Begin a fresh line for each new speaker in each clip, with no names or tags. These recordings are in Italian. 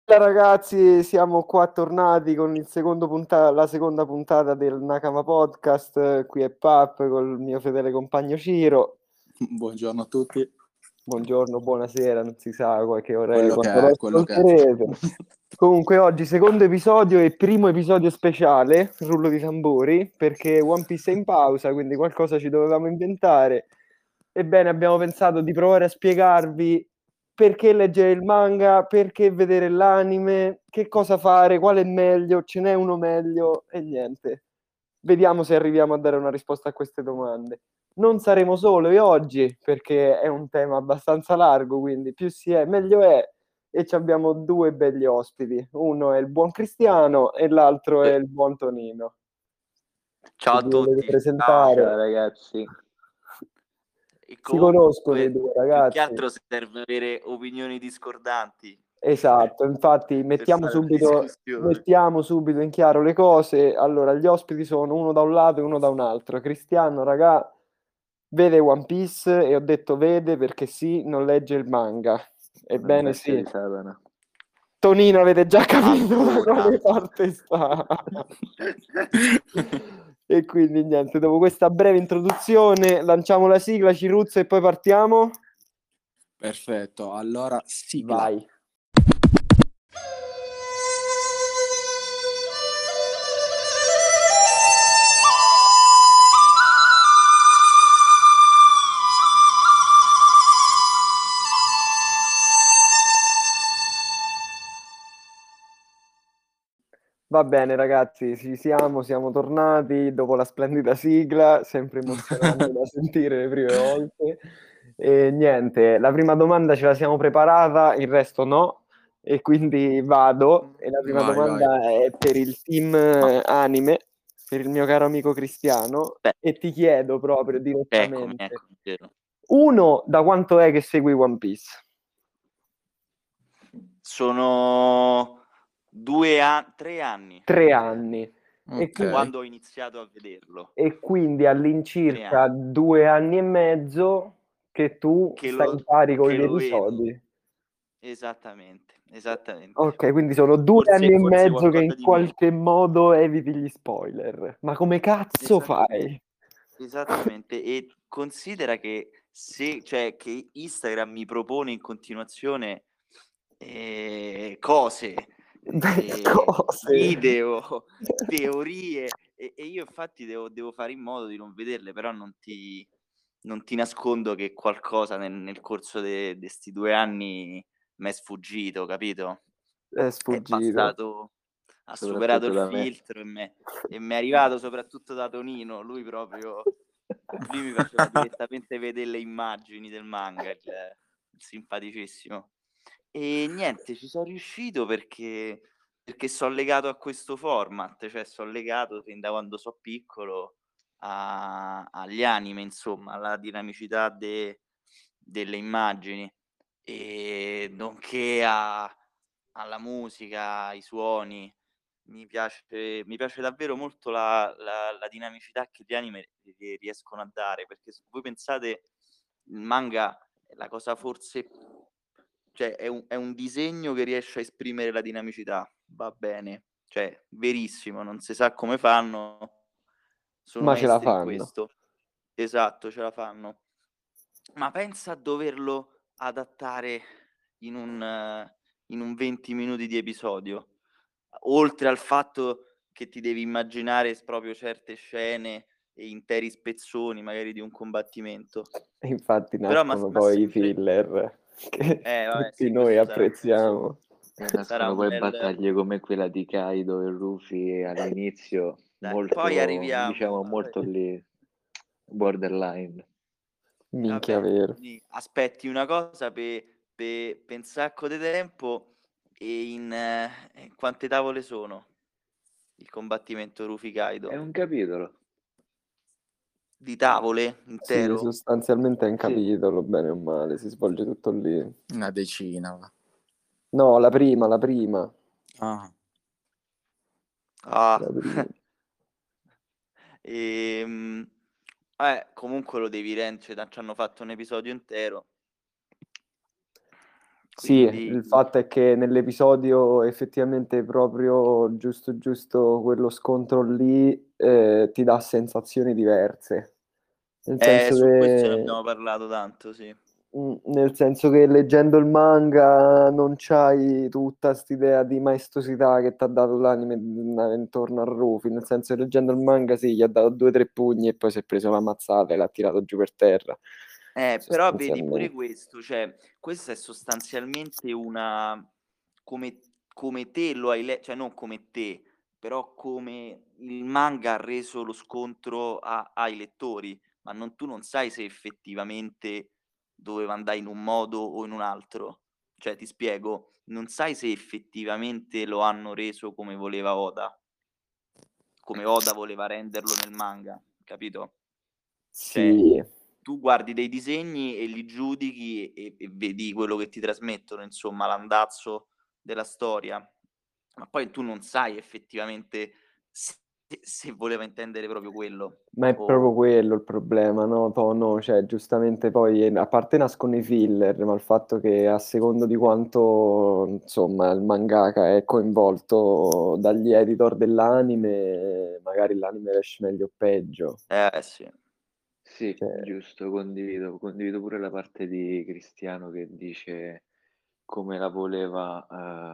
Ciao ragazzi, siamo qua tornati con la seconda puntata del Nakama Podcast. Qui è Pap col mio fedele compagno Ciro.
Buongiorno a tutti.
Buongiorno, buonasera, non si sa qualche ora
Quello che
quando lo
è, quello che è.
ascolterete. Comunque oggi secondo episodio e primo episodio speciale, rullo di tamburi, perché One Piece è in pausa, quindi qualcosa ci dovevamo inventare. Ebbene, abbiamo pensato di provare a spiegarvi perché leggere il manga, perché vedere l'anime, che cosa fare, qual è meglio, ce n'è uno meglio e niente. Vediamo se arriviamo a dare una risposta a queste domande. Non saremo soli oggi perché è un tema abbastanza largo, quindi più si è, meglio è. E ci abbiamo due belli ospiti. Uno è il buon Cristiano e l'altro è il buon Tonino.
Ciao
Se
a
vi volete
tutti, ciao.
presentare.
Ciao ragazzi.
E
Si conoscono i
comunque,
due
più che
ragazzi.
altro serve avere opinioni discordanti
Esatto, infatti
per fare una discussione.
mettiamo subito in chiaro le cose. Allora, gli ospiti sono uno da un lato e uno da un altro. Cristiano, raga, vede One Piece e ho detto vede perché sì, non legge il manga. Ebbene
Bestia
sì.
di Satana.
Tonino avete già capito da
Ancora.
quale parte sta. E quindi niente, dopo questa breve introduzione lanciamo la sigla, Ciruzzo, e poi partiamo.
Perfetto, allora sigla.
Vai. Va bene ragazzi, siamo tornati dopo la splendida sigla, sempre emozionante da sentire le prime volte. E niente, la prima domanda ce la siamo preparata, il resto no, e quindi vado. E la prima
Vai, vai.
domanda è per il team anime, per il mio caro amico Cristiano,
Beh,
e ti chiedo proprio
eccomi,
direttamente.
vero.
Uno, da quanto è che segui One Piece?
Sono 3 anni.
3 anni. E
Ok.
quindi
Quando ho iniziato a vederlo.
e quindi
3
all'incirca
anni.
2 anni e mezzo che tu
Che
stai in pari con
che
gli
lo vedo.
episodi.
Esattamente.
Ok, quindi sono due
Forse
anni e mezzo che
qualcosa
in
di meno.
qualche modo eviti gli spoiler. Ma come cazzo
Esattamente.
fai?
Esattamente, e considera che che Instagram mi propone in continuazione cose,
Cose.
video, teorie e io infatti devo fare in modo di non vederle, però non ti nascondo che qualcosa nel corso de 'sti 2 anni m'è sfuggito, capito?
È
È
sfuggito.
passato ha superato
Soprattutto
il
da me.
filtro e m'è arrivato soprattutto da Tonino, lui mi faceva direttamente vedere le immagini del manga, il simpaticissimo. E niente, ci son riuscito perché son legato a questo format, cioè son legato fin da quando so piccolo a agli anime, insomma, alla dinamicità delle immagini, nonché alla musica, ai suoni. Mi piace davvero molto la dinamicità che gli anime riescono a dare, perché se voi pensate il manga è la cosa forse cioè è un disegno che riesce a esprimere la dinamicità, va bene, cioè verissimo, non si sa come fanno, sono
Ma ce la
maestri in
fanno.
questo. Esatto, ce la fanno. Ma pensa a doverlo adattare in un 20 minuti di episodio. Oltre al fatto che ti devi immaginare proprio certe scene e interi spezzoni magari di un combattimento.
E infatti
Però
nascono
m'ha
poi i
sempre
filler che
vabbè
tutti
sì,
noi
questo sarà
apprezziamo.
E
sarà
nascono
un
poi
bel
battaglie come quella di Kaido e Luffy all'inizio,
dai, poi
molto,
arriviamo
diciamo,
poi
molto lì, borderline.
Minchia
vabbè,
vero.
aspetti una cosa pe' un sacco de tempo e in quante tavole sono il combattimento Luffy
È
Kaido?
un capitolo.
Di tavole
Sì,
intero?
sostanzialmente è un
Sì.
capitolo, bene o male, si svolge tutto lì.
Una decina, va.
No, la prima, la prima.
Ah.
Ah.
La prima.
Ehm, comunque lo devi c'hanno fatto un episodio intero.
Sì,
Quindi
il fatto è che nell'episodio effettivamente proprio giusto quello scontro lì ti dà sensazioni diverse. Nel senso
su questo ne
che
abbiamo parlato tanto, sì.
nel senso che leggendo il manga non c'hai tutta quest'idea di maestosità che ti ha dato l'anime intorno a Rufy, nel senso che leggendo il manga sì, gli ha dato 2 o 3 pugni e poi si è preso la mazzata e l'ha tirato giù per terra,
Però vedi pure
sostanzialmente.
questo, cioè, questa è sostanzialmente una, come te lo hai letto, cioè non come te, però come il manga ha reso lo scontro ai lettori, ma tu non sai se effettivamente doveva andare in un modo o in un altro. Cioè, ti spiego, non sai se effettivamente lo hanno reso come voleva Oda, come Oda voleva renderlo nel manga, capito? Cioè,
Sì,
tu guardi dei disegni e li giudichi e vedi quello che ti trasmettono, insomma, l'andazzo della storia, ma poi tu non sai effettivamente se voleva intendere proprio quello
ma è proprio
o
quello il problema, no? No, cioè, giustamente poi, a parte nascono i filler, ma il fatto che a secondo di quanto, insomma, il mangaka è coinvolto dagli editor dell'anime, magari l'anime esce meglio o peggio.
sì.
Sì,
Cioè,
giusto, condivido pure la parte di Cristiano che dice come la voleva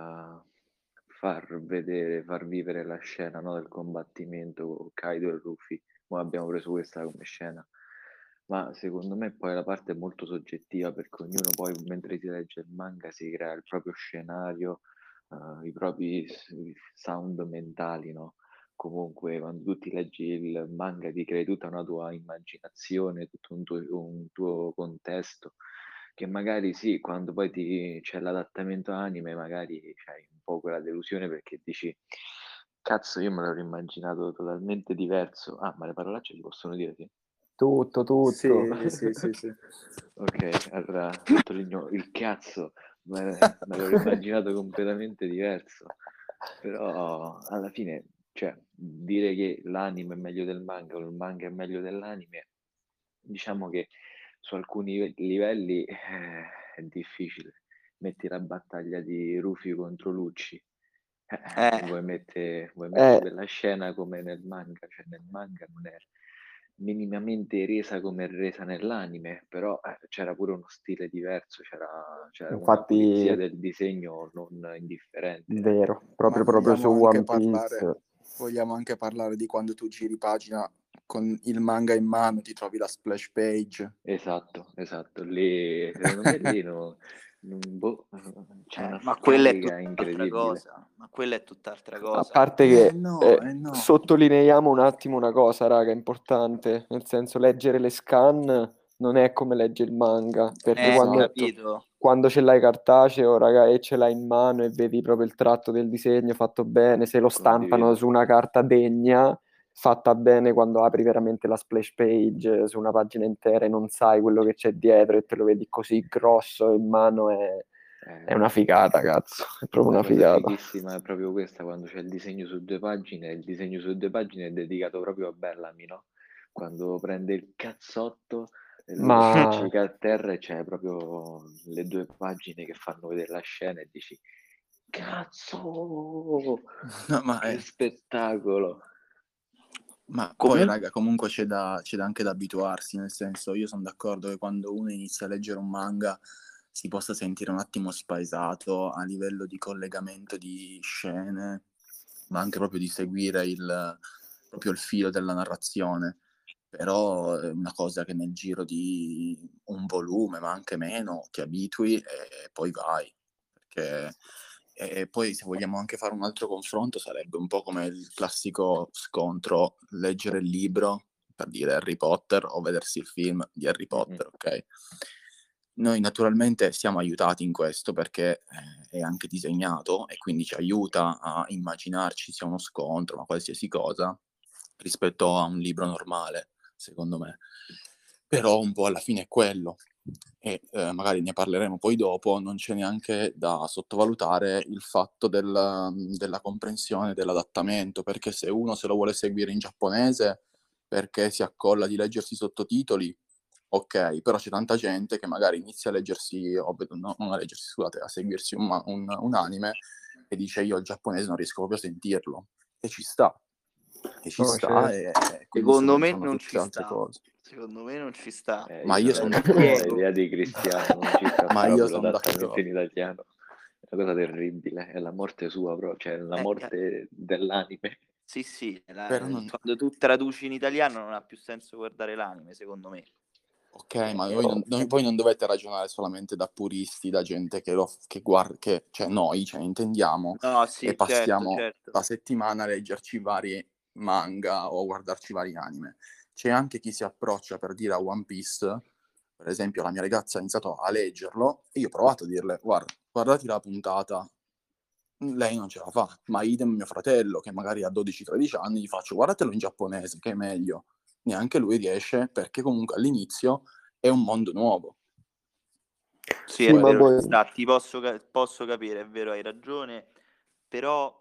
far vedere, far vivere la scena, no, del combattimento con Kaido e Luffy. Ora abbiamo preso questa come scena, ma secondo me poi la parte è molto soggettiva perché ognuno poi mentre si legge il manga si crea il proprio scenario, i propri sound mentali, no? Comunque quando tu ti leggi il manga ti crei tutta una tua immaginazione, tutto un tuo contesto, che magari sì, quando poi c'è l'adattamento anime magari c'hai un po' quella delusione perché dici cazzo io me l'ero immaginato totalmente diverso. Ah, ma le parolacce si possono dire, sì?
tutto.
Sì, sì, sì, sì.
Ok, allora sottolineo il cazzo, me l'ero immaginato completamente diverso, però alla fine, cioè, dire che l'anime è meglio del manga o il manga è meglio dell'anime, diciamo che su alcuni livelli è difficile. Metti la battaglia di Rufy contro Lucci,
Eh,
vuoi mettere
Eh,
quella scena come nel manga, cioè nel manga non è minimamente resa come è resa nell'anime, però c'era pure uno stile diverso, c'era una pulizia
infatti,
del disegno non indifferente.
vero,
Ma
proprio su One Piece.
vogliamo anche parlare di quando tu giri pagina con il manga in mano, ti trovi la splash page.
Esatto, lì, secondo me lì c'è una
ma quella è
scarica
tutt'altra
incredibile.
cosa, ma quella è tutt'altra
A
cosa.
parte che
No, no.
sottolineiamo un attimo una cosa, raga, importante, nel senso leggere le scan non è come legge il manga, perché
Esatto.
Capito?
ce l'hai cartaceo, raga, e ce l'hai in mano e vedi proprio il tratto del disegno fatto bene, se lo stampano
Condivido.
su una carta degna, fatta bene quando apri veramente la splash page su una pagina intera e non sai quello che c'è dietro e te lo vedi così grosso in mano, è una figata, cazzo, è proprio
La
una
cosa
figata.
fighissima è proprio questa, quando c'è il disegno su 2 pagine, e il disegno su 2 pagine è dedicato proprio a Bellamy, no? Quando prende il cazzotto e lui lo
Ma
spiccica a terra e c'è proprio le 2 pagine che fanno vedere la scena e dici cazzo,
No, ma,
che spettacolo!
ma poi,
Comunque,
raga, comunque c'è anche da abituarsi, nel senso, io sono d'accordo che quando uno inizia a leggere un manga si possa sentire un attimo spaesato a livello di collegamento di scene, ma anche proprio di seguire proprio il filo della narrazione. Però è una cosa che nel giro di un volume, ma anche meno, ti abitui e poi vai. Perché e poi se vogliamo anche fare un altro confronto sarebbe un po' come il classico scontro leggere il libro, per dire Harry Potter, o vedersi il film di Harry Potter, ok? Noi naturalmente siamo aiutati in questo perché è anche disegnato e quindi ci aiuta a immaginarci sia uno scontro, ma qualsiasi cosa, rispetto a un libro normale, secondo me. Però un po' alla fine è quello. E magari ne parleremo poi dopo, non c'è neanche da sottovalutare il fatto della comprensione dell'adattamento, perché se uno se lo vuole seguire in giapponese perché si accolla di leggersi i sottotitoli, ok, però c'è tanta gente che magari inizia a leggersi, non a leggersi, scusate, a seguirsi un anime e dice io il giapponese non riesco proprio a sentirlo. E ci sta. E ci
No,
sta,
certo.
e quindi
Secondo me
sono
non
tutte
ci
altre
sta.
cose.
Secondo me non ci sta.
Ma io sono
la
d'accordo.
idea di Cristiano non ci sta
Ma io
proprio
sono
l'adattamento in
d'accordo.
italiano. È una cosa terribile, è la morte sua, cioè la morte dell'anime.
Sì,
Però non...
quando tu traduci in italiano non ha più senso guardare l'anime, secondo me.
Ok, ma voi non dovete ragionare solamente da puristi, da gente che guarda, cioè noi, cioè, intendiamo
No,
e
sì,
passiamo
certo.
la settimana a leggerci vari manga o a guardarci vari anime. C'è anche chi si approccia per dire a One Piece, per esempio la mia ragazza ha iniziato a leggerlo e io ho provato a dirle, guardati la puntata, lei non ce la fa, ma idem mio fratello che magari ha 12-13 anni, gli faccio guardatelo in giapponese che è meglio. Neanche lui riesce perché comunque all'inizio è un mondo nuovo.
Sì,
Sì,
è
ma
vero,
poi...
ci sta, posso capire, è vero, hai ragione, però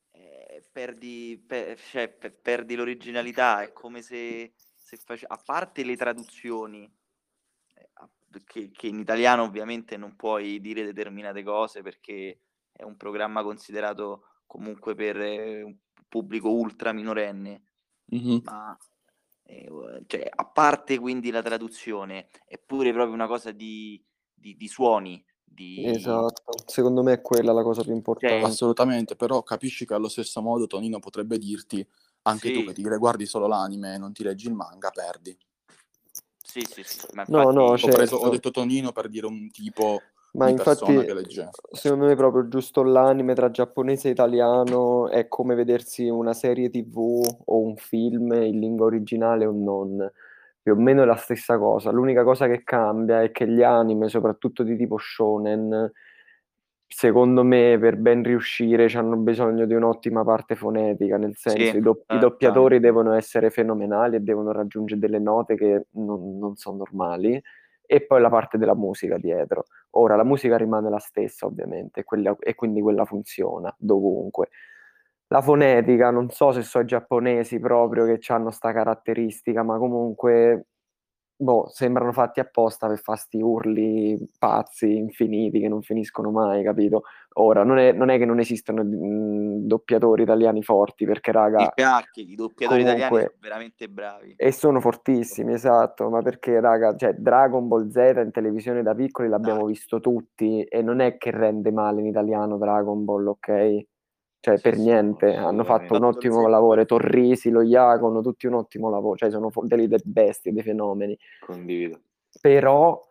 perdi l'originalità, è come se a parte le traduzioni, che in italiano ovviamente non puoi dire determinate cose perché è un programma considerato comunque per un pubblico ultra minorenne,
Mhm.
ma cioè, a parte quindi la traduzione, è pure proprio una cosa di suoni,
Esatto, secondo me è quella la cosa più
cioè,
importante.
Assolutamente, però capisci che allo stesso modo Tonino potrebbe dirti anche tu
sì,
che ti guardi solo l'anime e non ti leggi il manga, perdi.
sì, ma
No, no,
infatti
Ho
certo.
detto Tonino per dire un tipo
Ma
di persona
infatti,
che legge.
secondo me proprio giusto l'anime tra giapponese e italiano è come vedersi una serie TV o un film in lingua originale o non. Più o meno è la stessa cosa. L'unica cosa che cambia è che gli anime, soprattutto di tipo shonen, secondo me per ben riuscire hanno bisogno di un'ottima parte fonetica, nel senso
sì,
i doppiatori devono essere fenomenali e devono raggiungere delle note che non sono normali, e poi la parte della musica dietro. Ora, la musica rimane la stessa, ovviamente, e quindi quella funziona dovunque. La fonetica, non so se sono i giapponesi proprio che hanno sta caratteristica, ma comunque, boh, sembrano fatti apposta per fare sti urli pazzi, infiniti, che non finiscono mai, capito? Ora, non è che non esistono doppiatori italiani forti, perché, raga,
i doppiatori italiani sono
comunque...
veramente bravi.
E sono fortissimi, esatto, ma perché, raga, cioè, Dragon Ball Z in televisione da piccoli l'abbiamo visto tutti e non è che rende male in italiano Dragon Ball, ok? Cioè, per
Sì,
niente, hanno fatto un
Dragon Ball
ottimo
Z,
lavoro, Torrisi, lo Iacono, tutti un ottimo lavoro, cioè sono delle bestie, dei fenomeni.
Condivido.
Però,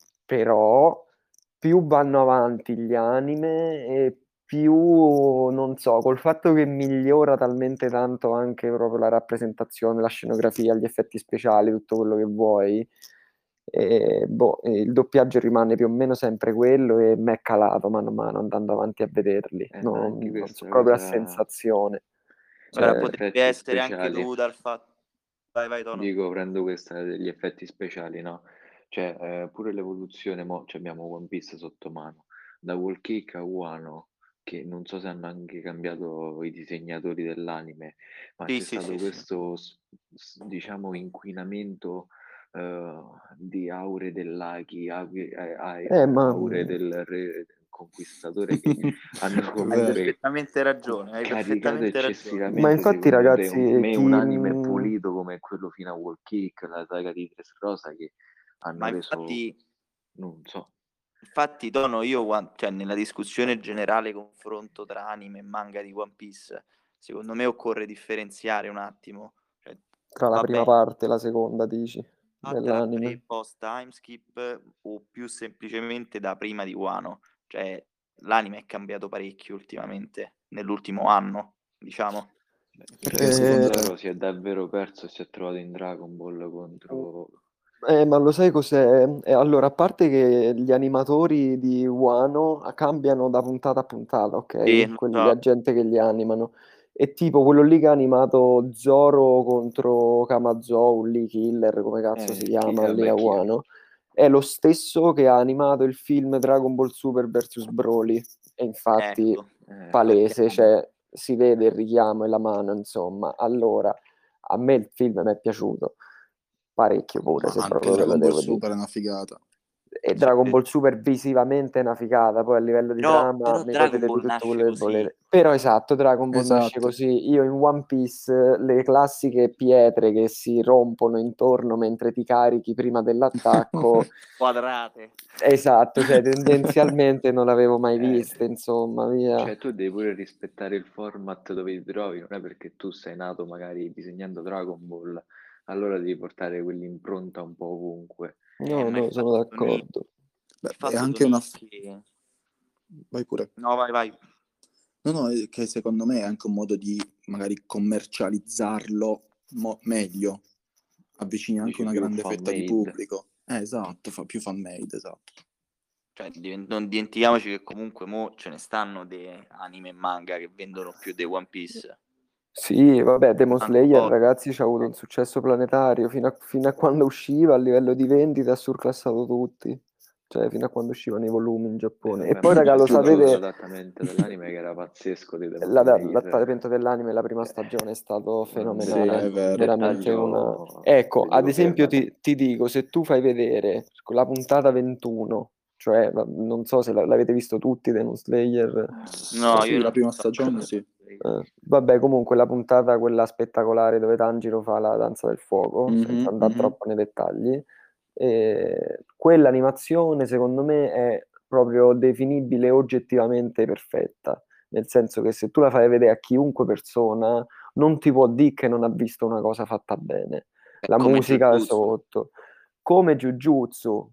più vanno avanti gli anime e più, non so, col fatto che migliora talmente tanto anche proprio la rappresentazione, la scenografia, gli effetti speciali, tutto quello che vuoi, il doppiaggio rimane più o meno sempre quello e mi è calato mano a mano andando avanti a vederli.
Ma
Non,
anche
non so
questa
proprio a
cosa
sensazione.
ora
Cioè,
degli
potrebbe
effetti
essere anche
speciali,
dovuto al fatto... Vai, Tono.
dico, prendo questa degli effetti speciali, no? Cioè, pure l'evoluzione, mo abbiamo One Piece sotto mano, da Wall Cake a Wano, che non so se hanno anche cambiato i disegnatori dell'anime, ma c'è stato
Sì.
questo, diciamo, inquinamento di aure dell'Aki,
ma
aure del re conquistatore che hanno
Hai
comunque
perfettamente ragione,
caricato
Ma
eccessivamente,
infatti,
secondo
ragazzi,
me, un anime pulito come quello fino a Wall Kick, la saga di Dressrosa, che hanno
Ma
reso, non so.
infatti Tono, cioè, nella discussione generale confronto tra anime e manga di One Piece, secondo me occorre differenziare un attimo. Cioè,
tra la
va
prima
bene,
parte e la seconda, dici,
fattela
dell'anime.
post timeskip o più semplicemente da prima di Wano. Cioè, l'anime è cambiato parecchio ultimamente, nell'ultimo anno, diciamo.
Perché
Eh,
Zoro si è davvero perso e si è trovato in Dragon Ball contro...
ma lo sai cos'è? Allora, a parte che gli animatori di Wano cambiano da puntata a puntata,
Sì,
ok?
lo
Quelli,
so.
la gente che li animano. E tipo quello lì che ha animato Zoro contro Kamazou, lì Killer, come cazzo si chiama, lì a
Killer.
Wano, è lo stesso che ha animato il film Dragon Ball Super vs Broly. E infatti,
Ecco.
palese, cioè, si vede il richiamo e la mano, insomma. Allora, a me il film mi è piaciuto. parecchio pure,
Ma
se
anche
proprio te la
Dragon Ball
devo dire.
Super è una figata.
E Dragon Ball Super visivamente è una figata, poi a livello di
Però
trama mi
Dragon
potete
Ball
dire tutto
nasce
quello che
così.
volete. Però esatto, Dragon Ball nasce
Esatto.
così. Io in One Piece le classiche pietre che si rompono intorno mentre ti carichi prima dell'attacco,
Quadrate.
esatto, cioè tendenzialmente non l'avevo mai
Eh,
viste, insomma, via.
Cioè, tu devi pure rispettare il format dove ti trovi, non è perché tu sei nato magari disegnando Dragon Ball, allora devi portare quell'impronta un po' ovunque.
No,
Ma il
no, sono
fatto, Tony,
d'accordo.
Beh,
il
è
fatto,
anche
Tony,
una...
che...
Vai pure.
No, vai.
No, è che secondo me è anche un modo di magari commercializzarlo meglio. Avvicini anche
Dici
una
più
grande fetta di
fan-made.
pubblico. Esatto, fa più fan-made, esatto.
Cioè, non dimentichiamoci che comunque mo ce ne stanno dei anime e manga che vendono più di One Piece.
Sì, vabbè, Demon
Manco
Slayer,
pochi.
ragazzi, c'ha avuto un successo planetario. Fino a quando usciva, a livello di vendita, ha surclassato tutti. Cioè, fino a quando uscivano i volumi in Giappone. E
Vabbè,
poi,
ma
raga,
c'è
lo
stato
sapete,
l'adattamento dell'anime che era pazzesco di Demon
l'adattamento
Slayer.
dell'anime, la prima
Cioè,
stagione è stato
un
fenomenale.
Sì, è vero.
Veramente una...
dettaglio
Ecco,
che
ad
dico
esempio,
fermati.
ti dico, se tu fai vedere la puntata 21, cioè, non so se l'avete visto tutti, Demon Slayer.
No,
Sì,
io
la
non
prima
so.
stagione sì.
Vabbè, comunque la puntata quella spettacolare dove Tanjiro fa la danza del fuoco, senza andare troppo nei dettagli, quell'animazione secondo me è proprio definibile oggettivamente perfetta, nel senso che se tu la fai vedere a chiunque persona non ti può dire che non ha visto una cosa fatta bene. La
Come
musica
Jujutsu.
sotto, come Jujutsu,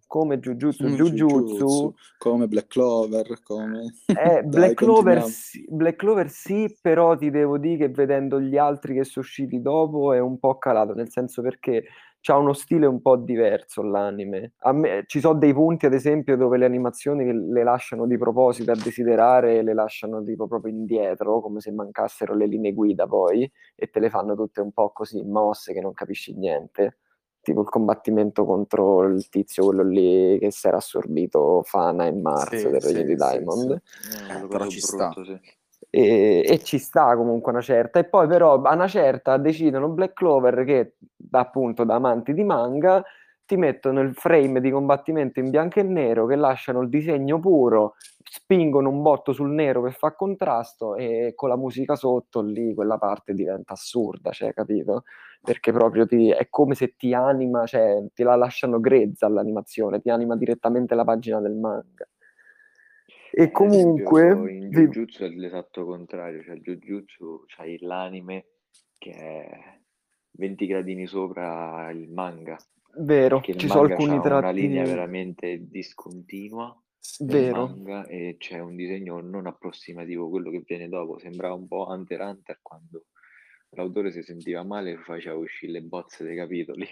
Jujutsu, come Black Clover, come... Dai,
Black
continuiamo.
Black Clover sì, però ti devo dire che vedendo gli altri che sono usciti dopo è un po' calato, nel senso perché c'ha uno stile un po' diverso l'anime. A me, ci sono dei punti, ad esempio, dove le animazioni le lasciano di proposito a desiderare e le lasciano tipo proprio indietro, come se mancassero le linee guida poi, e te le fanno tutte un po' così mosse che non capisci niente. Tipo il combattimento contro il tizio, quello lì che si era assorbito Fana in Mars del Regno di Diamond.
Quello
Però
proprio
ci sta.
brutto, sì.
E ci sta comunque una certa. E poi però a una certa decidono Black Clover che appunto da amanti di manga ti mettono il frame di combattimento in bianco e nero che lasciano il disegno puro, spingono un botto sul nero per far contrasto e con la musica sotto lì quella parte diventa assurda, cioè, capito? Perché proprio è come se ti anima, cioè ti la lasciano grezza l'animazione, ti anima direttamente la pagina del manga. E
Ad esempio
comunque
in Jujutsu è l'esatto contrario, cioè Jujutsu c'hai l'anime che è 20 gradini sopra il manga,
vero,
perché il
ci sono
manga
alcuni
ha una
tratti
linea veramente discontinua del
vero.
manga e c'è un disegno non approssimativo, quello che viene dopo, sembrava un po' Hunter x Hunter quando l'autore si sentiva male e faceva uscire le bozze dei capitoli.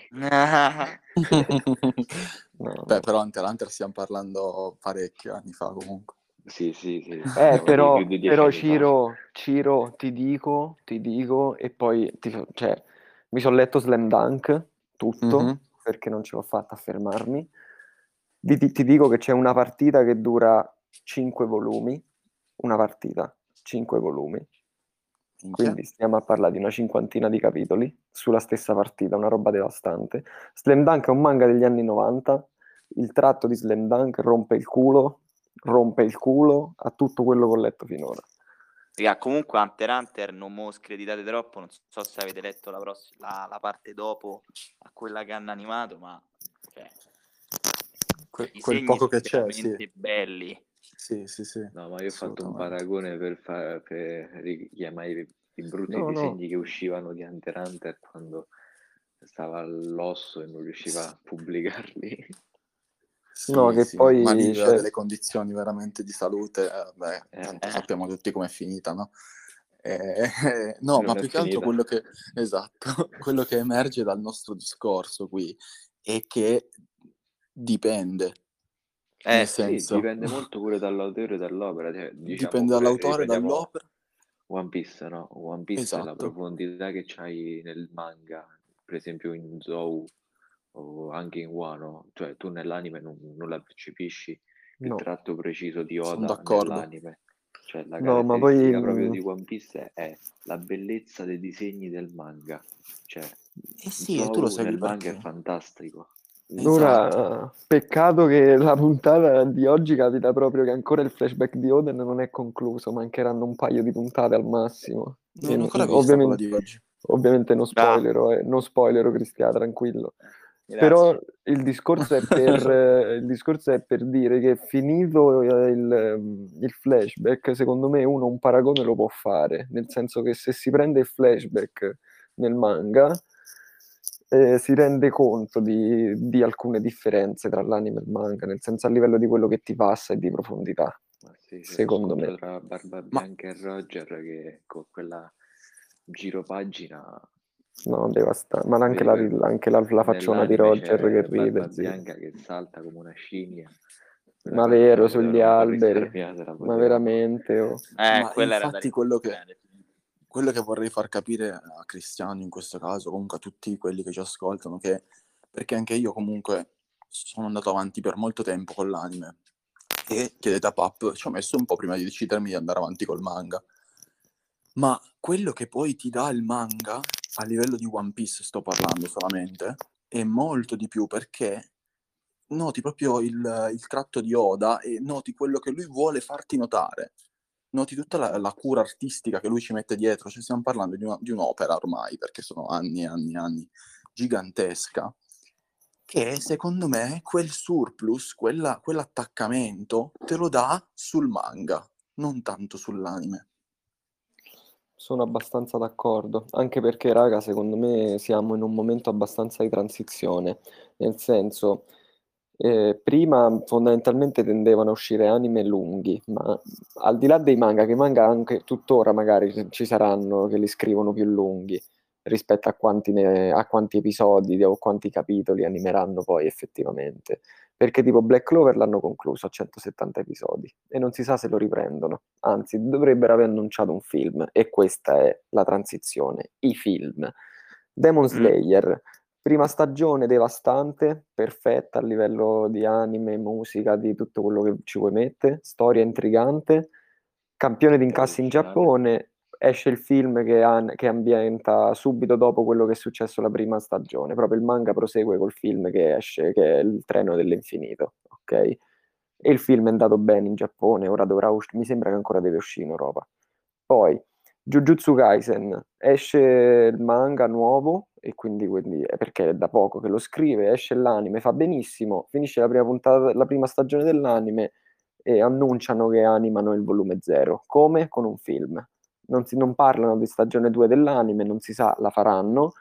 No,
Beh,
no.
però Hunter x Hunter stiamo parlando parecchi anni fa comunque.
Sì, parliamo di più di 10
però
anni fa.
Ciro, ti dico, e poi cioè, mi sono letto Slam Dunk, tutto, perché non ce l'ho fatta a fermarmi. Ti dico che c'è una partita che dura 5 volumi, una partita, 5 volumi.
Minchia.
Quindi stiamo a parlare di una cinquantina di capitoli sulla stessa partita, una roba devastante. Slam Dunk è un manga degli anni 90, il tratto di Slam Dunk rompe il culo a tutto quello che ho letto finora.
Raga, comunque Hunter x Hunter non mo screditate troppo, non so se avete letto la parte dopo a quella che hanno animato, ma cioè, i
Quel
disegni
poco
sono
che c'è, sì.
veramente belli.
Sì.
No, ma io ho fatto un
Assolutamente.
paragone per richiamare i brutti
No, no.
disegni che uscivano di Hunter x Hunter quando stava all'osso e non riusciva a pubblicarli.
No, che poi
ma lì aveva
cioè,
delle condizioni veramente di salute, tanto sappiamo tutti com'è finita, no? No,
Non
ma
è
più che altro
finita.
quello che emerge dal nostro discorso qui è che dipende, nel
Sì,
senso,
dipende molto pure dall'autore e dall'opera. Cioè, diciamo
dipende
pure,
dall'autore,
riprendiamo
dall'opera,
One Piece, no? One Piece, la
esatto.
profondità che c'hai nel manga, per esempio in Zou o anche in Wano, cioè tu nell'anime non la percepisci il
no.
tratto preciso di
Sono
Oda
d'accordo.
nell'anime. Cioè la
No, ma poi
caratteristica proprio di One Piece è la bellezza dei disegni del manga. Cioè
sì, e tu lo
Zou
segui
nel manga è
perché?
fantastico.
Esatto.
Ora, peccato che la puntata di oggi capita proprio che ancora il flashback di Oden non è concluso, mancheranno un paio di puntate al massimo.
Non ho ancora vista quella
Ovviamente,
di oggi.
ovviamente
Ah,
non spoilerò Cristian, tranquillo. Però
grazie.
il discorso è per dire che finito il flashback, secondo me uno un paragone lo può fare, nel senso che se si prende il flashback nel manga, si rende conto di alcune differenze tra l'anime e il manga, nel senso a livello di quello che ti passa e di profondità,
Ma sì, c'è lo
secondo
scontro
me.
tra Barba
Ma
Bianca e Roger che con quella giropagina
No, devastante. Ma anche
vedi
la,
poi
anche la facciona di
nell'anime
Roger che
c'è
ride,
Barba
zio.
Bianca che salta come una scimmia. Quella
Ma
cosa
vero,
proprio
sugli
avevano un po'
alberi.
risparmiata, la
Ma
potevano.
veramente, oh.
Ma
Quella era da
infatti
recuperare.
quello che vorrei far capire a Cristiano in questo caso, comunque a tutti quelli che ci ascoltano, che perché anche io comunque sono andato avanti per molto tempo con l'anime e chiedete a Pap, ci ho messo un po' prima di decidermi di andare avanti col manga. Ma quello che poi ti dà il manga, a livello di One Piece sto parlando solamente, è molto di più perché noti proprio il tratto di Oda e noti quello che lui vuole farti notare. Noti tutta la cura artistica che lui ci mette dietro. Cioè, stiamo parlando di un'opera ormai, perché sono anni e anni e anni, gigantesca, che secondo me quel surplus, quell'attaccamento, te lo dà sul manga, non tanto sull'anime.
Sono abbastanza d'accordo, anche perché, raga, secondo me siamo in un momento abbastanza di transizione, nel senso, prima fondamentalmente tendevano a uscire anime lunghi, ma al di là dei manga, che i manga anche tuttora magari ci saranno che li scrivono più lunghi rispetto a quanti episodi o quanti capitoli animeranno poi effettivamente. Perché tipo Black Clover l'hanno concluso a 170 episodi e non si sa se lo riprendono. Anzi, dovrebbero aver annunciato un film e questa è la transizione, i film. Demon Slayer, prima stagione devastante, perfetta a livello di anime, musica, di tutto quello che ci vuoi mettere, storia intrigante, campione di
Serie
incassi in
finale.
Giappone, esce il film che ambienta subito dopo quello che è successo la prima stagione, proprio il manga prosegue col film che esce, che è il treno dell'infinito, ok? E il film è andato bene in Giappone, ora dovrà mi sembra che ancora deve uscire in Europa. Poi Jujutsu Kaisen, esce il manga nuovo, e quindi è perché è da poco che lo scrive, esce l'anime, fa benissimo, finisce la prima puntata, la prima stagione dell'anime e annunciano che animano il volume 0. Come? Con un film. Non parlano di stagione 2 dell'anime, non si sa, la faranno.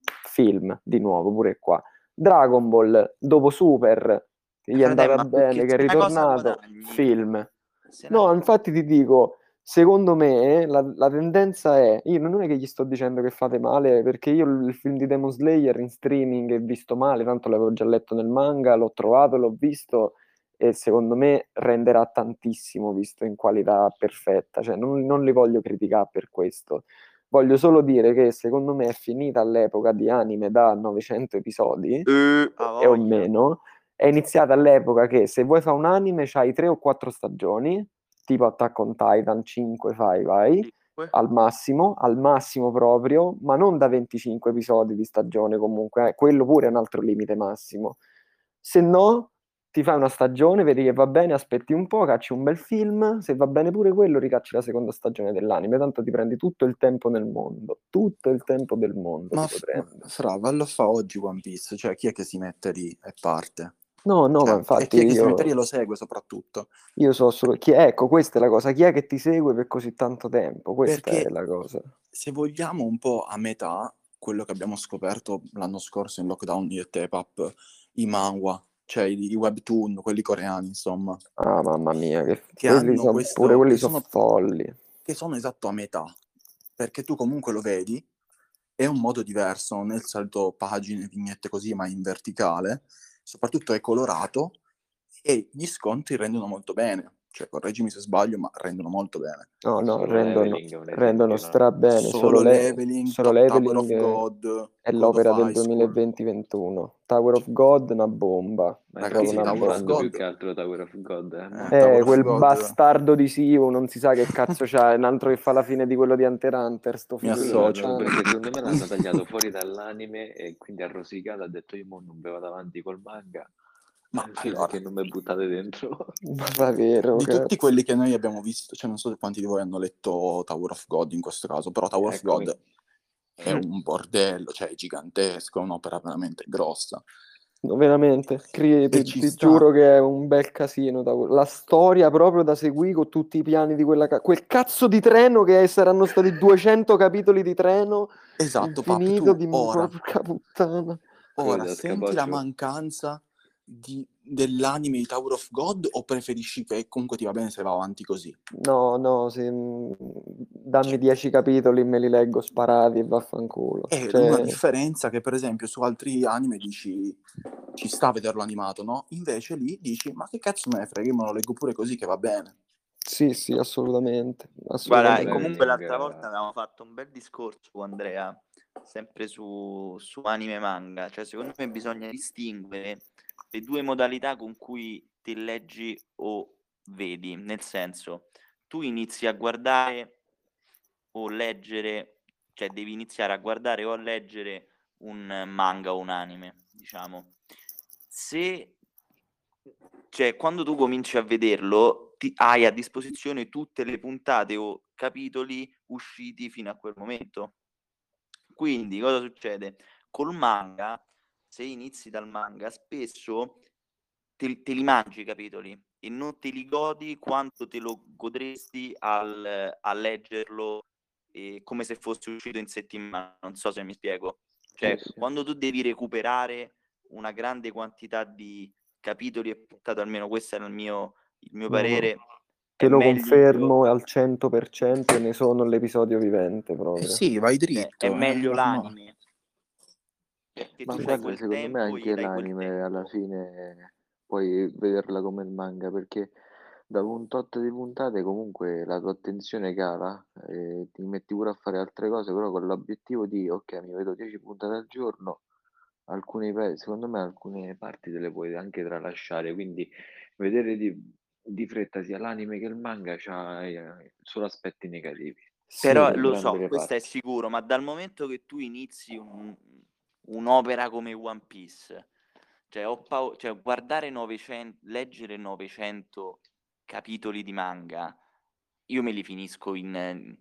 Film, di nuovo, pure qua. Dragon Ball, dopo Super, che gli è
Frate,
andata
ma
bene,
perché
che è
se una cosa
ritornato,
guadagni,
film.
se una
No,
cosa...
infatti ti dico, secondo me la tendenza è, io non è che gli sto dicendo che fate male, perché io il film di Demon Slayer in streaming è visto male, tanto l'avevo già letto nel manga, l'ho trovato, l'ho visto e secondo me renderà tantissimo visto in qualità perfetta, cioè non li voglio criticare per questo. Voglio solo dire che secondo me è finita l'epoca di anime da 900 episodi
Ha
o
voglia.
meno, è iniziata l'epoca che se vuoi fare un anime c'hai 3 o 4 stagioni, tipo Attack on Titan, 5 fai, vai,
Cinque.
al massimo proprio, ma non da 25 episodi di stagione comunque, quello pure è un altro limite massimo. Se no, ti fai una stagione, vedi che va bene, aspetti un po', cacci un bel film, se va bene pure quello, ricacci la seconda stagione dell'anime, tanto ti prendi tutto il tempo nel mondo, tutto il tempo del mondo ti prende.
Fra, vallo fa oggi One Piece, cioè chi è che si mette lì e parte?
No, no, ma
Cioè,
infatti
chi è che si mette lì e
io...
lo segue soprattutto?
Io so solo ecco, questa è la cosa. Chi è che ti segue per così tanto tempo? Questa è
Perché
la cosa.
se vogliamo un po' a metà, quello che abbiamo scoperto l'anno scorso in lockdown io e te, Pap, i manhwa, cioè i webtoon, quelli coreani, insomma,
Ah, mamma mia,
che hanno
pure
questo,
quelli sono folli.
che sono esatto a metà, perché tu comunque lo vedi, è un modo diverso, non è il solito pagine, vignette così, ma in verticale, soprattutto è colorato e gli scontri rendono molto bene. cioè correggimi se sbaglio, ma rendono molto bene.
No,
Solo Leveling è un
rendono
esempio, no?
stra bene.
Solo Leveling,
Solo
Tower of
Leveling
God,
è
God of
l'opera del
High School.
2020-21. Tower of God, una bomba.
Ma
Ragazzi,
Proprio una
infatti
Tower of
sto
bomba.
più
God,
che altro Tower of God.
Tower of
Quel
God
bastardo di Sivu, non si sa che cazzo c'ha, è un altro che fa la fine di quello di Hunter x Hunter, sto
Mi
figlio di
associo.
puttana.
Perché secondo me l'hanno tagliato fuori dall'anime e quindi ha rosicato, ha detto io mo non mi vado avanti col manga
Ma
fino
allora,
a che non mi buttate dentro.
Ma va vero,
di tutti
cazzo.
quelli che noi abbiamo visto, cioè non so quanti di voi hanno letto Tower of God in questo caso, però Tower of
Eccomi.
God è un bordello, cioè è gigantesco, è un'opera veramente grossa.
No, veramente,
E ci
ti
sta.
giuro che è un bel casino. La storia proprio da seguire con tutti i piani di quel cazzo di treno che saranno stati 200 capitoli di treno
Esatto, Pap,
infinito
tu
di
ora,
porca puttana.
Quello
ora
da
senti la
scapoccio.
mancanza dell'anime di Tower of God o preferisci che comunque ti va bene se va avanti così?
No, dammi
Cioè,
10 capitoli, me li leggo sparati e vaffanculo.
è
Cioè,
una differenza che per esempio su altri anime dici ci sta a vederlo animato, no? Invece lì dici ma che cazzo me ne frega, io me lo leggo pure così che va bene.
sì, assolutamente.
Guarda, e
Assolutamente.
comunque
Leveling,
l'altra volta avevamo fatto un bel discorso con Andrea, sempre su anime e manga. Cioè, secondo me bisogna distinguere le due modalità con cui ti leggi o vedi. Nel senso, tu inizi a guardare o leggere, cioè devi iniziare a guardare o a leggere un manga o un anime, diciamo. Se, cioè, quando tu cominci a vederlo, hai a disposizione tutte le puntate o capitoli usciti fino a quel momento. Quindi, cosa succede? Col manga, se inizi dal manga, spesso te li mangi i capitoli e non te li godi quanto te lo godresti a leggerlo come se fosse uscito in settimana. Non so se mi spiego. Cioè,
Sì, sì.
quando tu devi recuperare una grande quantità di capitoli e puntate, almeno questo era il mio parere,
Te
è
lo
meglio
confermo al 100% e ne sono l'episodio vivente
Eh
proprio.
sì, vai
è
dritto,
meglio
normale.
l'anime, perché
Ma
tu c'hai
guarda,
quel
secondo me
tempo, gli
anche
dai quel
l'anime alla
tempo.
fine puoi vederla come il manga perché dopo un tot di puntate comunque la tua attenzione cala e ti metti pure a fare altre cose, però con l'obiettivo di ok, mi vedo 10 puntate al giorno, secondo me alcune parti te le puoi anche tralasciare, quindi vedere di fretta sia l'anime che il manga c'ha solo aspetti negativi.
Però
Sì,
lo
Entrambe
so,
le
questo è
parti.
sicuro, ma dal momento che tu inizi un'opera come One Piece, cioè, cioè guardare 900, leggere 900 capitoli di manga, io me li finisco in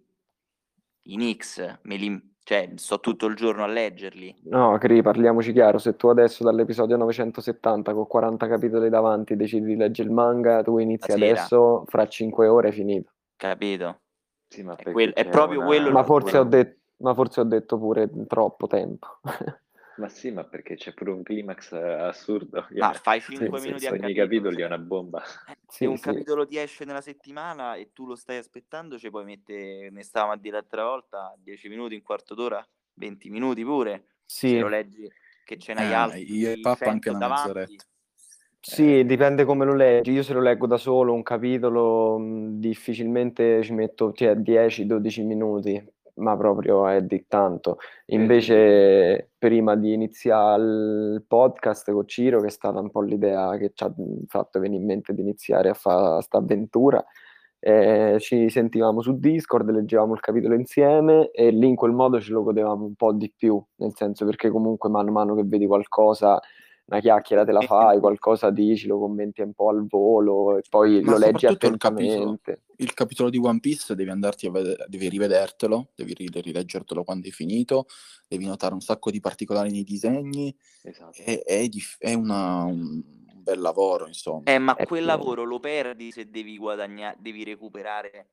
X, cioè sto tutto il giorno a leggerli.
no, Cri, parliamoci chiaro, se tu adesso dall'episodio 970 con 40 capitoli davanti decidi di leggere il manga, tu inizi
Stasera,
adesso, fra 5 ore è finito.
capito?
Sì, ma
È,
perché
è
c'è
proprio quello il
Ma
problema.
forse ho detto pure troppo tempo.
Ma sì, ma perché c'è pure un climax assurdo.
Ma fai
Sì,
5 minuti a
Ogni
capitolo,
capitolo è
cioè,
una bomba.
se
sì,
un
sì.
capitolo ti esce nella settimana e tu lo stai aspettando, ci puoi mettere, ne stavamo a dire l'altra volta, 10 minuti, un quarto d'ora, 20 minuti pure, se lo
Sì,
leggi che ce n'hai altri
Io e Pappa anche
100
una
davanti.
mezz'oretta.
sì, dipende come lo leggi. Io se lo leggo da solo, un capitolo, difficilmente ci metto, cioè, 10-12 minuti, ma proprio è di tanto. Invece, prima di iniziare il podcast con Ciro, che è stata un po' l'idea che ci ha fatto venire in mente di iniziare a fare questa avventura, ci sentivamo su Discord, leggevamo il capitolo insieme e lì in quel modo ce lo godevamo un po' di più, nel senso perché comunque mano a mano che vedi qualcosa una chiacchiera te la fai, qualcosa dici, lo commenti un po' al volo e poi
Ma
lo leggi
soprattutto
attentamente.
il capitolo di One Piece devi andarti a vedere, devi rivedertelo, devi rileggertelo quando hai finito, devi notare un sacco di particolari nei disegni,
Esatto.
è un bel lavoro, insomma.
Ma
È
quel
pieno.
lavoro lo perdi se devi guadagnare, devi recuperare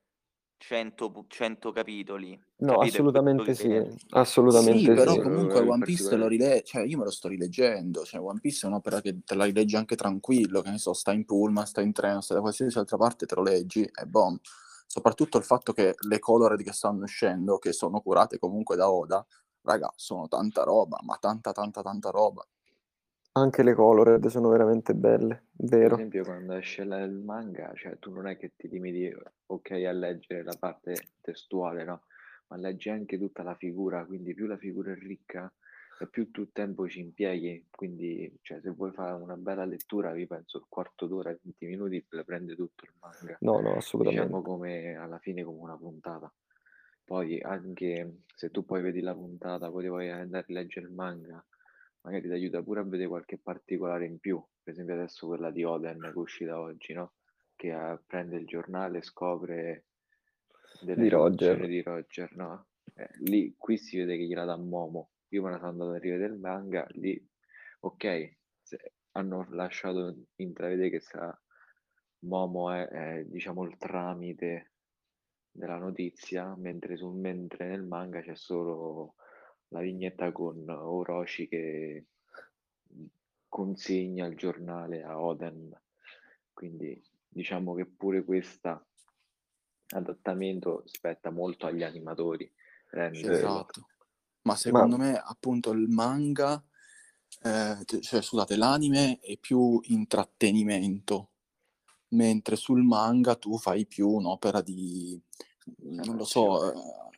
100 capitoli,
No,
capito? È quello
assolutamente
che...
sì,
Sì,
assolutamente
però
sì.
comunque
Il
One Piece te lo
particolare.
cioè io me lo sto rileggendo, cioè One Piece è un'opera che te la rileggi anche tranquillo, che ne so, stai in pullman, stai in treno, stai da qualsiasi altra parte, te lo leggi e boom. Soprattutto il fatto che le colored che stanno uscendo, che sono curate comunque da Oda, raga, sono tanta roba, ma tanta roba.
Anche le Colored sono veramente belle,
Per
vero?
esempio, quando esce il manga, cioè tu non è che ti limiti, ok, a leggere la parte testuale, no? Ma leggi anche tutta la figura, quindi più la figura è ricca e più tu tempo ci impieghi. Quindi, cioè, se vuoi fare una bella lettura, vi penso il quarto d'ora, 20 minuti, te le prende tutto il manga.
No, no,
Diciamo
assolutamente.
come alla fine come una puntata. Poi anche se tu poi vedi la puntata, poi vuoi andare a leggere il manga, magari ti aiuta pure a vedere qualche particolare in più. Per esempio adesso quella di Oden che è uscita oggi, no? Che prende il giornale e scopre delle
Di
situazioni
Roger.
di Roger, no? Lì, qui si vede che gliela dà Momo. Io me la sono andato a rivedere il manga, lì, ok, hanno lasciato intravedere che Momo è, diciamo, il tramite della notizia, mentre nel manga c'è solo la vignetta con Orochi che consegna il giornale a Oden. Quindi diciamo che pure questo adattamento spetta molto agli animatori renderlo.
Esatto. Ma
Ma
secondo me, appunto, il manga, cioè scusate, l'anime è più intrattenimento, mentre sul manga tu fai più un'opera di, non lo so,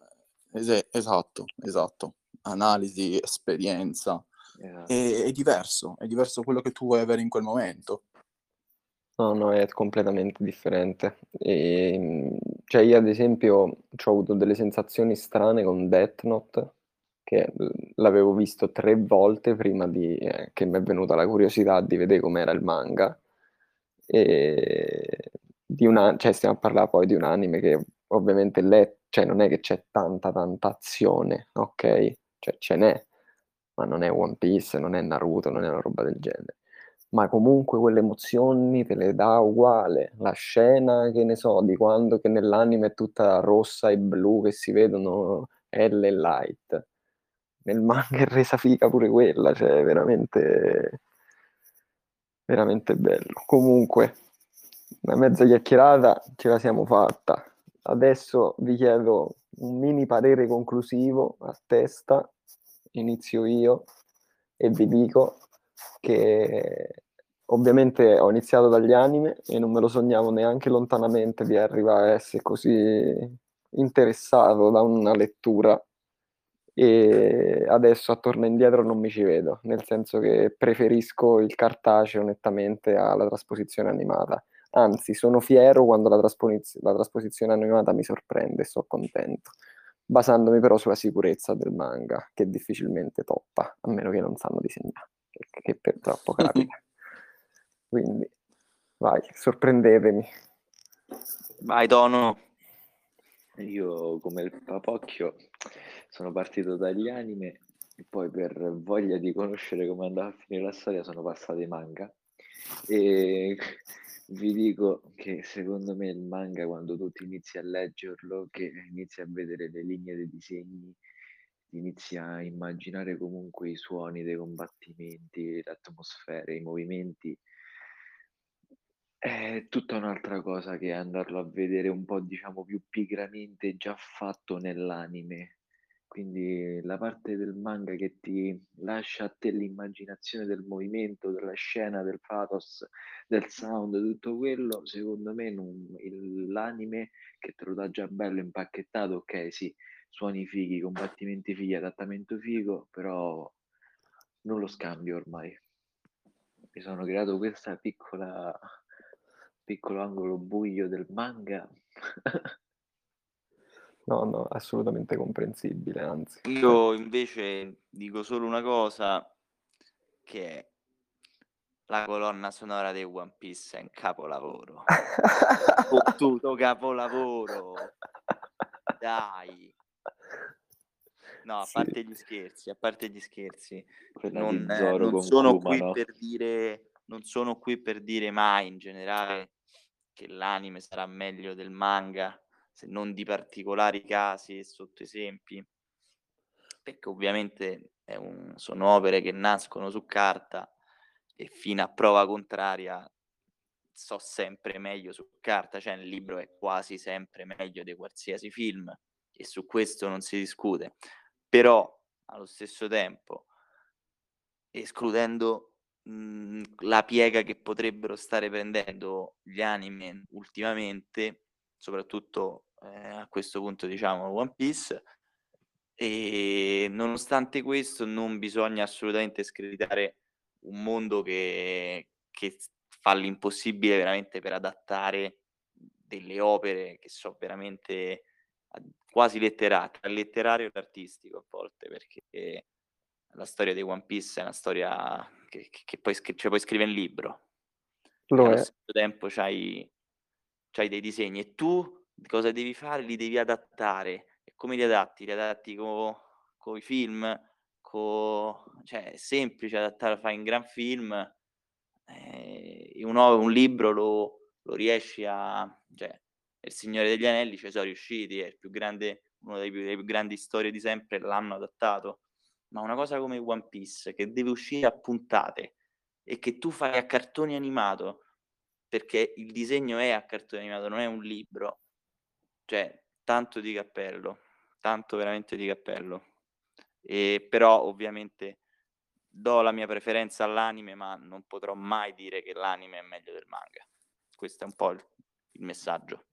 esatto, analisi, esperienza.
Esatto.
È diverso quello che tu vuoi avere in quel momento.
no, no, è completamente differente. Cioè io ad esempio ho avuto delle sensazioni strane con Death Note, che l'avevo visto 3 volte prima che mi è venuta la curiosità di vedere com'era il manga. E cioè stiamo a parlare poi di un anime che ovviamente cioè non è che c'è tanta azione, ok? Cioè ce n'è, ma non è One Piece, non è Naruto, non è una roba del genere. Ma comunque quelle emozioni te le dà uguale. La scena, che ne so, di quando che nell'anime è tutta rossa e blu, che si vedono L e Light. Nel manga è resa figa pure quella, cioè è veramente bello. Comunque, una mezza chiacchierata ce la siamo fatta. Adesso vi chiedo un mini parere conclusivo a testa. Inizio io e vi dico che ovviamente ho iniziato dagli anime e non me lo sognavo neanche lontanamente di arrivare a essere così interessato da una lettura, e adesso a torno indietro non mi ci vedo, nel senso che preferisco il cartaceo nettamente alla trasposizione animata. Anzi, sono fiero quando la trasposizione animata mi sorprende, sto contento, basandomi però sulla sicurezza del manga, che difficilmente toppa, a meno che non sanno disegnare, che purtroppo capita. Quindi, vai, sorprendetemi.
Vai, Tono.
Io come il papocchio sono partito dagli anime e poi per voglia di conoscere come andava a finire la storia sono passato ai manga e vi dico che secondo me il manga quando tu ti inizi a leggerlo, che inizi a vedere le linee dei disegni, inizi a immaginare comunque i suoni dei combattimenti, le atmosfere, i movimenti, è tutta un'altra cosa che andarlo a vedere un po', diciamo, più pigramente già fatto nell'anime. Quindi la parte del manga che ti lascia a te l'immaginazione del movimento, della scena, del pathos, del sound, tutto quello, secondo me l'anime che te lo dà già bello impacchettato, ok, sì, suoni fighi, combattimenti fighi, adattamento figo, però non lo scambio ormai. Mi sono creato questa piccolo angolo buio del manga.
No, no, assolutamente comprensibile, anzi.
Io invece dico solo una cosa, che è la colonna sonora di One Piece è un capolavoro. Fottuto capolavoro. Dai. No, a
Sì.
parte gli scherzi,
Quella di Zoro
non
con
sono
Kuma,
qui
no?
per dire mai in generale che l'anime sarà meglio del manga, se non di particolari casi e sotto esempi, perché ovviamente sono opere che nascono su carta e fino a prova contraria so sempre meglio su carta, cioè il libro è quasi sempre meglio di qualsiasi film e su questo non si discute. Però allo stesso tempo, escludendo la piega che potrebbero stare prendendo gli anime ultimamente, soprattutto a questo punto diciamo One Piece, e nonostante questo non bisogna assolutamente screditare un mondo che fa l'impossibile veramente per adattare delle opere che so veramente quasi letterario e artistico a volte, perché la storia di One Piece è una storia che poi puoi scrivere un libro e
Lo
allo
è.
stesso tempo c'hai dei disegni e tu cosa devi fare? Li devi adattare. E come li adatti? Li adatti coi film, cioè è semplice adattare, fai un gran film, e un libro lo riesci a cioè Il Signore degli Anelli ci so' riusciti, è il più grande uno delle più grandi storie di sempre, l'hanno adattato. Ma una cosa come One Piece, che deve uscire a puntate e che tu fai a cartone animato, perché il disegno è a cartone animato, non è un libro, cioè tanto di cappello, tanto veramente di cappello. Però ovviamente do la mia preferenza all'anime, ma non potrò mai dire che l'anime è meglio del manga. Questo è un po' il messaggio.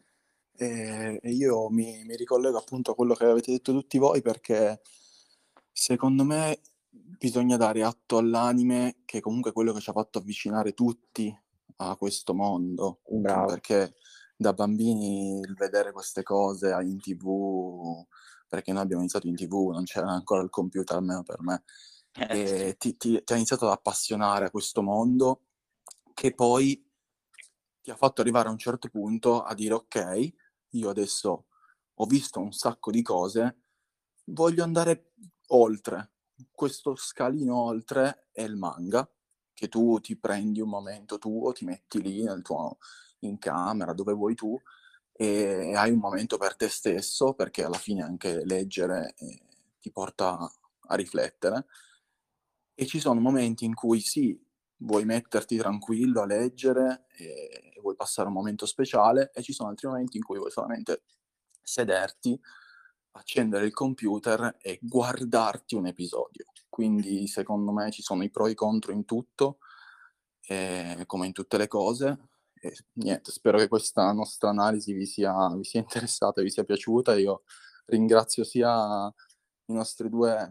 E io mi ricollego appunto a quello che avete detto tutti voi, perché secondo me bisogna dare atto all'anime, che comunque è quello che ci ha fatto avvicinare tutti a questo mondo,
Bravo.
perché da bambini il vedere queste cose in TV, perché noi abbiamo iniziato in TV, non c'era ancora il computer, almeno per me, e ti ha iniziato ad appassionare a questo mondo, che poi ti ha fatto arrivare a un certo punto a dire: ok, io adesso ho visto un sacco di cose, voglio andare oltre. Questo scalino oltre è il manga, che tu ti prendi un momento tuo, ti metti lì in camera, dove vuoi tu, e hai un momento per te stesso, perché alla fine anche leggere ti porta a riflettere. E ci sono momenti in cui sì, vuoi metterti tranquillo a leggere e vuoi passare un momento speciale, e ci sono altri momenti in cui vuoi solamente sederti, accendere il computer e guardarti un episodio. Quindi secondo me ci sono i pro e i contro in tutto, come in tutte le cose. E niente, spero che questa nostra analisi vi sia interessata e vi sia piaciuta. Io ringrazio sia i nostri due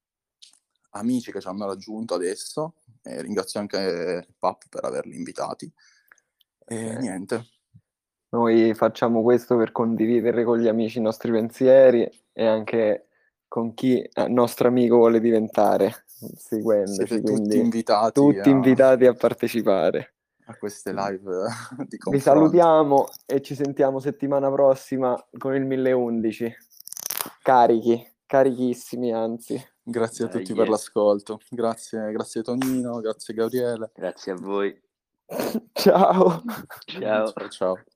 amici che ci hanno raggiunto adesso, e ringrazio anche Pap per averli invitati. E niente.
Noi facciamo questo per condividere con gli amici i nostri pensieri e anche con chi nostro amico vuole diventare, seguendoci.
Siete
Quindi
tutti
invitati a partecipare.
a queste live di
Vi
confronto.
salutiamo e ci sentiamo settimana prossima con il 1011. Carichissimi anzi.
Grazie a tutti per l'ascolto. Grazie Tonino, grazie Gabriele.
Grazie a voi.
Ciao.
Ciao.
Ciao.